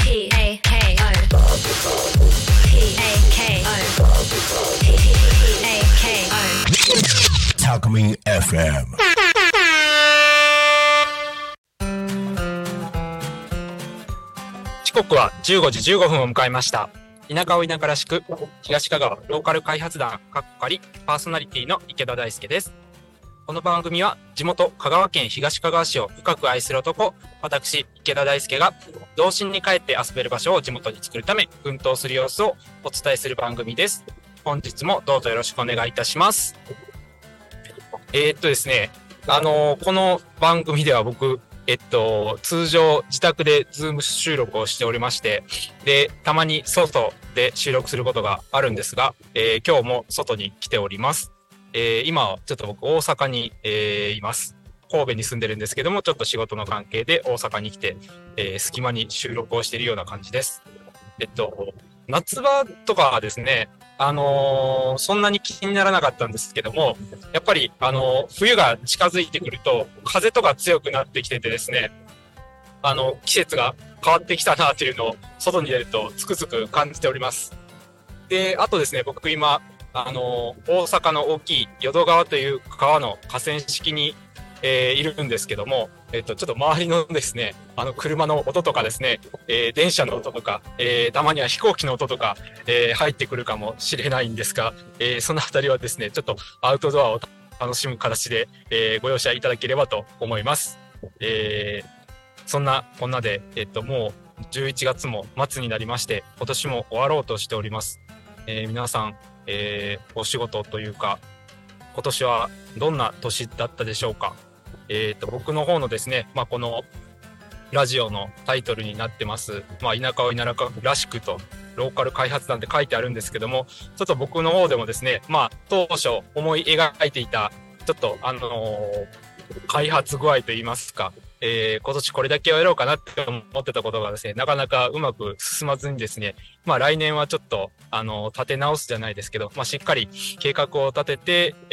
タコミン FM。 時刻は15時15分を迎えました。田舎を田舎らしく、東香川ローカル開発団パーソナリティの池田大輔です。この番組は地元香川県東香川市を深く愛する男、私池田大輔が童心に帰って遊べる場所を地元に作るため奮闘する様子をお伝えする番組です。本日もどうぞよろしくお願いいたします。ですね、この番組では僕、通常自宅でズーム収録をしておりまして、で、たまに外で収録することがあるんですが、今日も外に来ております。今、ちょっと僕大阪に、います。神戸に住んでるんですけども、ちょっと仕事の関係で大阪に来て、隙間に収録をしているような感じです。夏場とかはですね、そんなに気にならなかったんですけども、やっぱり、冬が近づいてくると、風とか強くなってきててですね、季節が変わってきたなというのを、外に出るとつくづく感じております。で、あとですね、僕今、大阪の大きい淀川という川の河川敷に、いるんですけども、ちょっと周りのですね、車の音とかですね、電車の音とか、たまには飛行機の音とか、入ってくるかもしれないんですが、そのあたりはですね、ちょっとアウトドアを楽しむ形で、ご容赦いただければと思います。そんなこんなで、もう11月も末になりまして、今年も終わろうとしております。皆さん、お仕事というか、今年はどんな年だったでしょうか。僕の方のですね、このラジオのタイトルになってます、田舎を田舎らしくとローカル開発団って書いてあるんですけども、ちょっと僕の方でもですね、当初思い描いていたちょっと開発具合といいますか、今年これだけはやろうかなって思ってたことがですね、なかなかうまく進まずにですね、来年はちょっと立て直すじゃないですけど、しっかり計画を立てて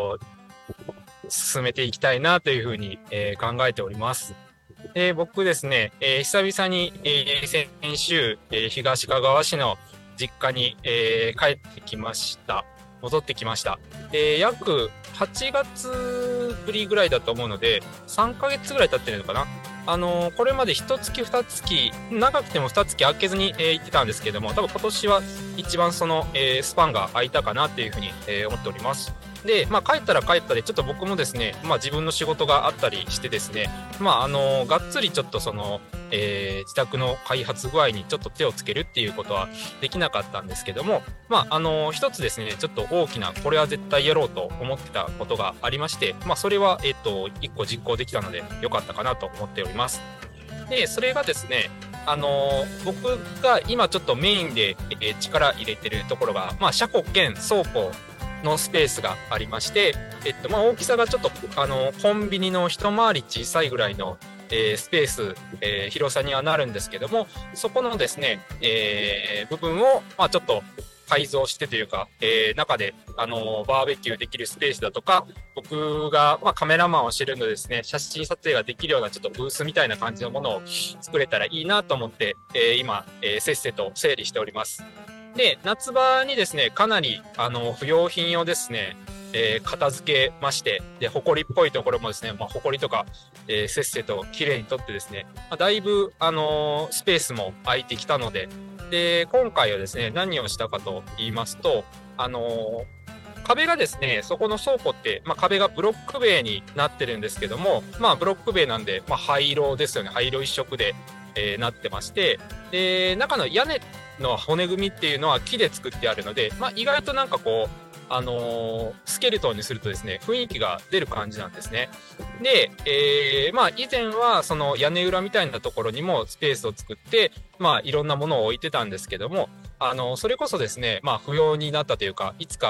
進めていきたいなというふうに、考えております。僕ですね、久々に、先週、東かがわ市の実家に、帰ってきました。戻ってきました。約8月ぶりぐらいだと思うので、3ヶ月ぐらい経ってるのかな。これまで1月2月、長くても2月空けずに、行ってたんですけども、多分今年は一番その、スパンが空いたかなというふうに、思っております。で、帰ったら帰ったで、ちょっと僕もですね、自分の仕事があったりしてですね、がっつりちょっとその、自宅の開発具合にちょっと手をつけるっていうことはできなかったんですけども、一つですね、ちょっと大きな、これは絶対やろうと思ってたことがありまして、それは、一個実行できたので良かったかなと思っております。で、それがですね、僕が今ちょっとメインで、力入れてるところが、車庫兼倉庫のスペースがありまして、大きさがちょっと、コンビニの一回り小さいぐらいの、スペース、広さにはなるんですけども、そこのですね、部分を、ちょっと改造してというか、中で、バーベキューできるスペースだとか、僕が、カメラマンをしてるのでですね、写真撮影ができるようなちょっとブースみたいな感じのものを作れたらいいなと思って、今、せっせと整理しております。で、夏場にですね、かなり、不要品をですね、片付けまして、で、埃っぽいところもですね、埃とか、せっせと綺麗に取ってですね、だいぶ、スペースも空いてきたので、で、今回はですね、何をしたかと言いますと、壁がですね、そこの倉庫って、壁がブロック塀になってるんですけども、ブロック塀なんで、灰色ですよね、灰色一色で、なってまして、で、中の屋根の骨組みっていうのは木で作ってあるので、意外となんかこう、スケルトンにするとですね、雰囲気が出る感じなんですね。で、以前はその屋根裏みたいなところにもスペースを作って、いろんなものを置いてたんですけども、それこそですね、不要になったというか、いつか、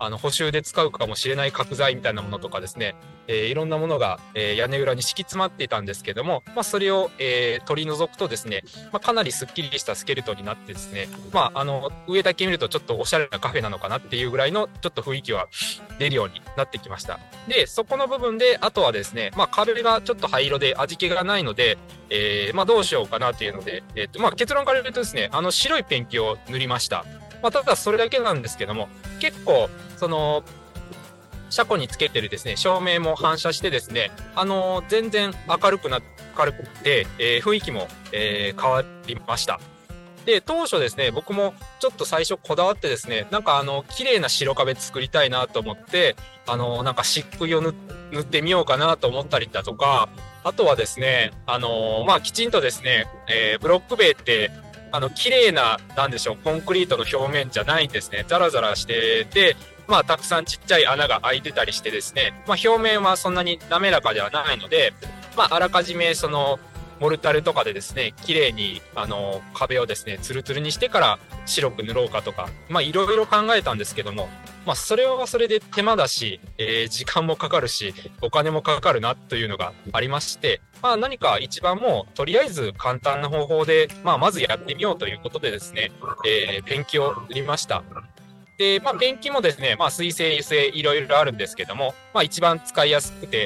補修で使うかもしれない角材みたいなものとかですね、いろんなものが、屋根裏に敷き詰まっていたんですけども、それを、取り除くとですね、かなりスッキリしたスケルトンになってですね、上だけ見るとちょっとおしゃれなカフェなのかなっていうぐらいのちょっと雰囲気は出るようになってきました。で、そこの部分で、あとはですね、壁がちょっと灰色で味気がないので、どうしようかなっていうので、結論から言うとですね、白いペンキを塗りました。ただそれだけなんですけども、結構、車庫につけてるですね、照明も反射してですね、全然明るくて、雰囲気も、変わりました。で、当初ですね、僕もちょっと最初こだわってですね、綺麗な白壁作りたいなと思って、漆喰を塗ってみようかなと思ったりだとか、あとはですね、きちんとですね、ブロック塀って、綺麗な、なんでしょう、コンクリートの表面じゃないんですね。ザラザラしてて、たくさんちっちゃい穴が開いてたりしてですね、表面はそんなに滑らかではないので、あらかじめモルタルとかでですね、綺麗に、壁をですね、ツルツルにしてから白く塗ろうかとか、いろいろ考えたんですけども、それはそれで手間だし、時間もかかるし、お金もかかるなというのがありまして、何か一番もう、とりあえず簡単な方法で、まずやってみようということでですね、ペンキを塗りました。で、ペンキもですね、水性、油性、いろいろあるんですけども、一番使いやすくて、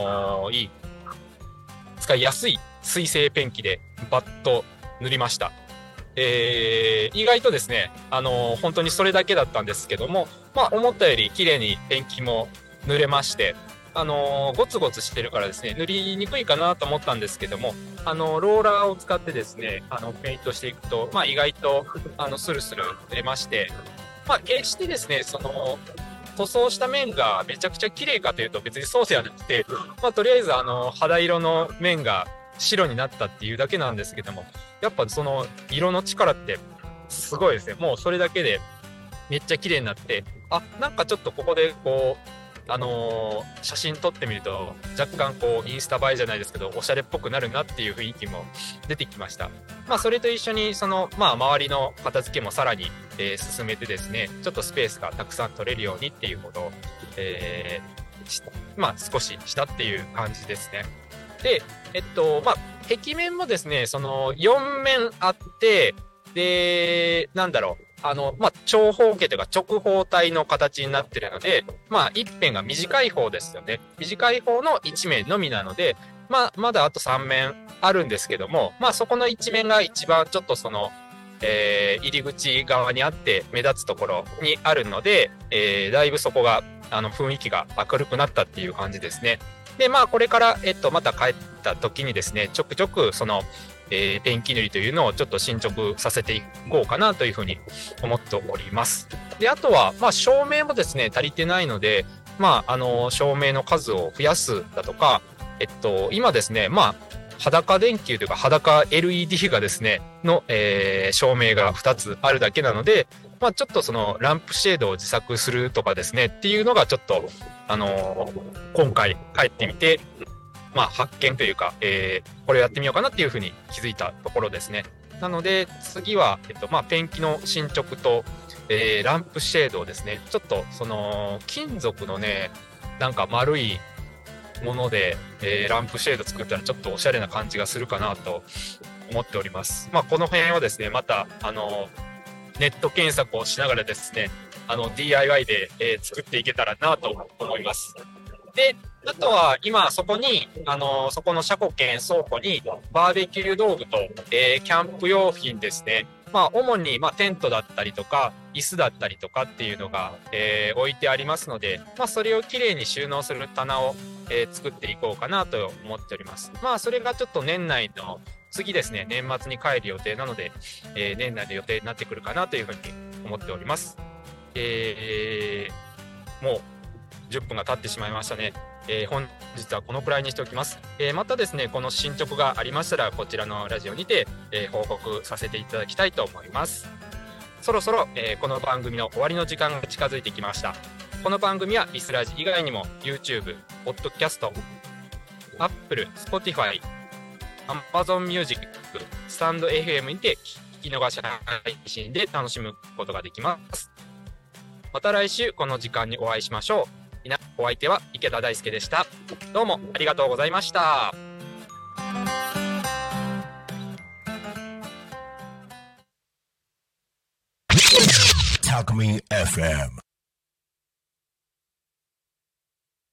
使いやすい水性ペンキでバッと塗りました。意外とですね、本当にそれだけだったんですけども、思ったより綺麗にペンキも塗れまして、ゴツゴツしてるからですね、塗りにくいかなと思ったんですけども、ローラーを使ってですね、ペイントしていくと、意外と、スルスル塗れまして、決してですね、塗装した面がめちゃくちゃ綺麗かというと別にそうではなくて、とりあえず肌色の面が白になったっていうだけなんですけども、やっぱその色の力ってすごいですね。もうそれだけでめっちゃ綺麗になって、なんかちょっとここでこう、写真撮ってみると若干こうインスタ映えじゃないですけどおしゃれっぽくなるなっていう雰囲気も出てきました。それと一緒に周りの片付けもさらに、進めてですね、ちょっとスペースがたくさん取れるようにっていうことを、少ししたっていう感じですね。で、壁面もですね、4面あって、で、長方形というか直方体の形になってるので、一辺が短い方ですよね。短い方の1面のみなので、まだあと3面あるんですけども、そこの1面が一番ちょっと入り口側にあって目立つところにあるので、だいぶそこが、雰囲気が明るくなったっていう感じですね。で、これから、また帰った時にですね、ちょくちょくペンキ塗りというのをちょっと進捗させていこうかなというふうに思っております。で、あとは、照明もですね、足りてないので、照明の数を増やすだとか、今ですね、裸電球というか裸 LED がですね、の、照明が2つあるだけなので、ちょっとランプシェードを自作するとかですね、っていうのがちょっと、今回帰ってみて、発見というか、これをやってみようかなっていうふうに気づいたところですね。なので、次は、ペンキの進捗と、ランプシェードをですね、ちょっと、金属のね、丸いもので、ランプシェード作ったらちょっとおしゃれな感じがするかなと思っております。この辺はですね、また、ネット検索をしながらですね、DIY で、作っていけたらなと思います。で、あとは今そこに、そこの車庫兼倉庫にバーベキュー道具と、キャンプ用品ですね。主に、テントだったりとか、椅子だったりとかっていうのが、置いてありますので、それをきれいに収納する棚を、作っていこうかなと思っております。それがちょっと年内の次ですね、年末に帰る予定なので、年内の予定になってくるかなというふうに思っております。もう10分が経ってしまいましたね。本日はこのくらいにしておきます。またですね、この進捗がありましたら、こちらのラジオにて、報告させていただきたいと思います。そろそろ、この番組の終わりの時間が近づいてきました。この番組はリスラジ以外にも YouTube、Podcast、Apple、Spotify、Amazon Music、スタンド FM にて聞き逃し配信で楽しむことができます。 また来週この時間にお会いしましょう。お相手は池田大輔でした。どうもありがとうございました。 Talk Me FM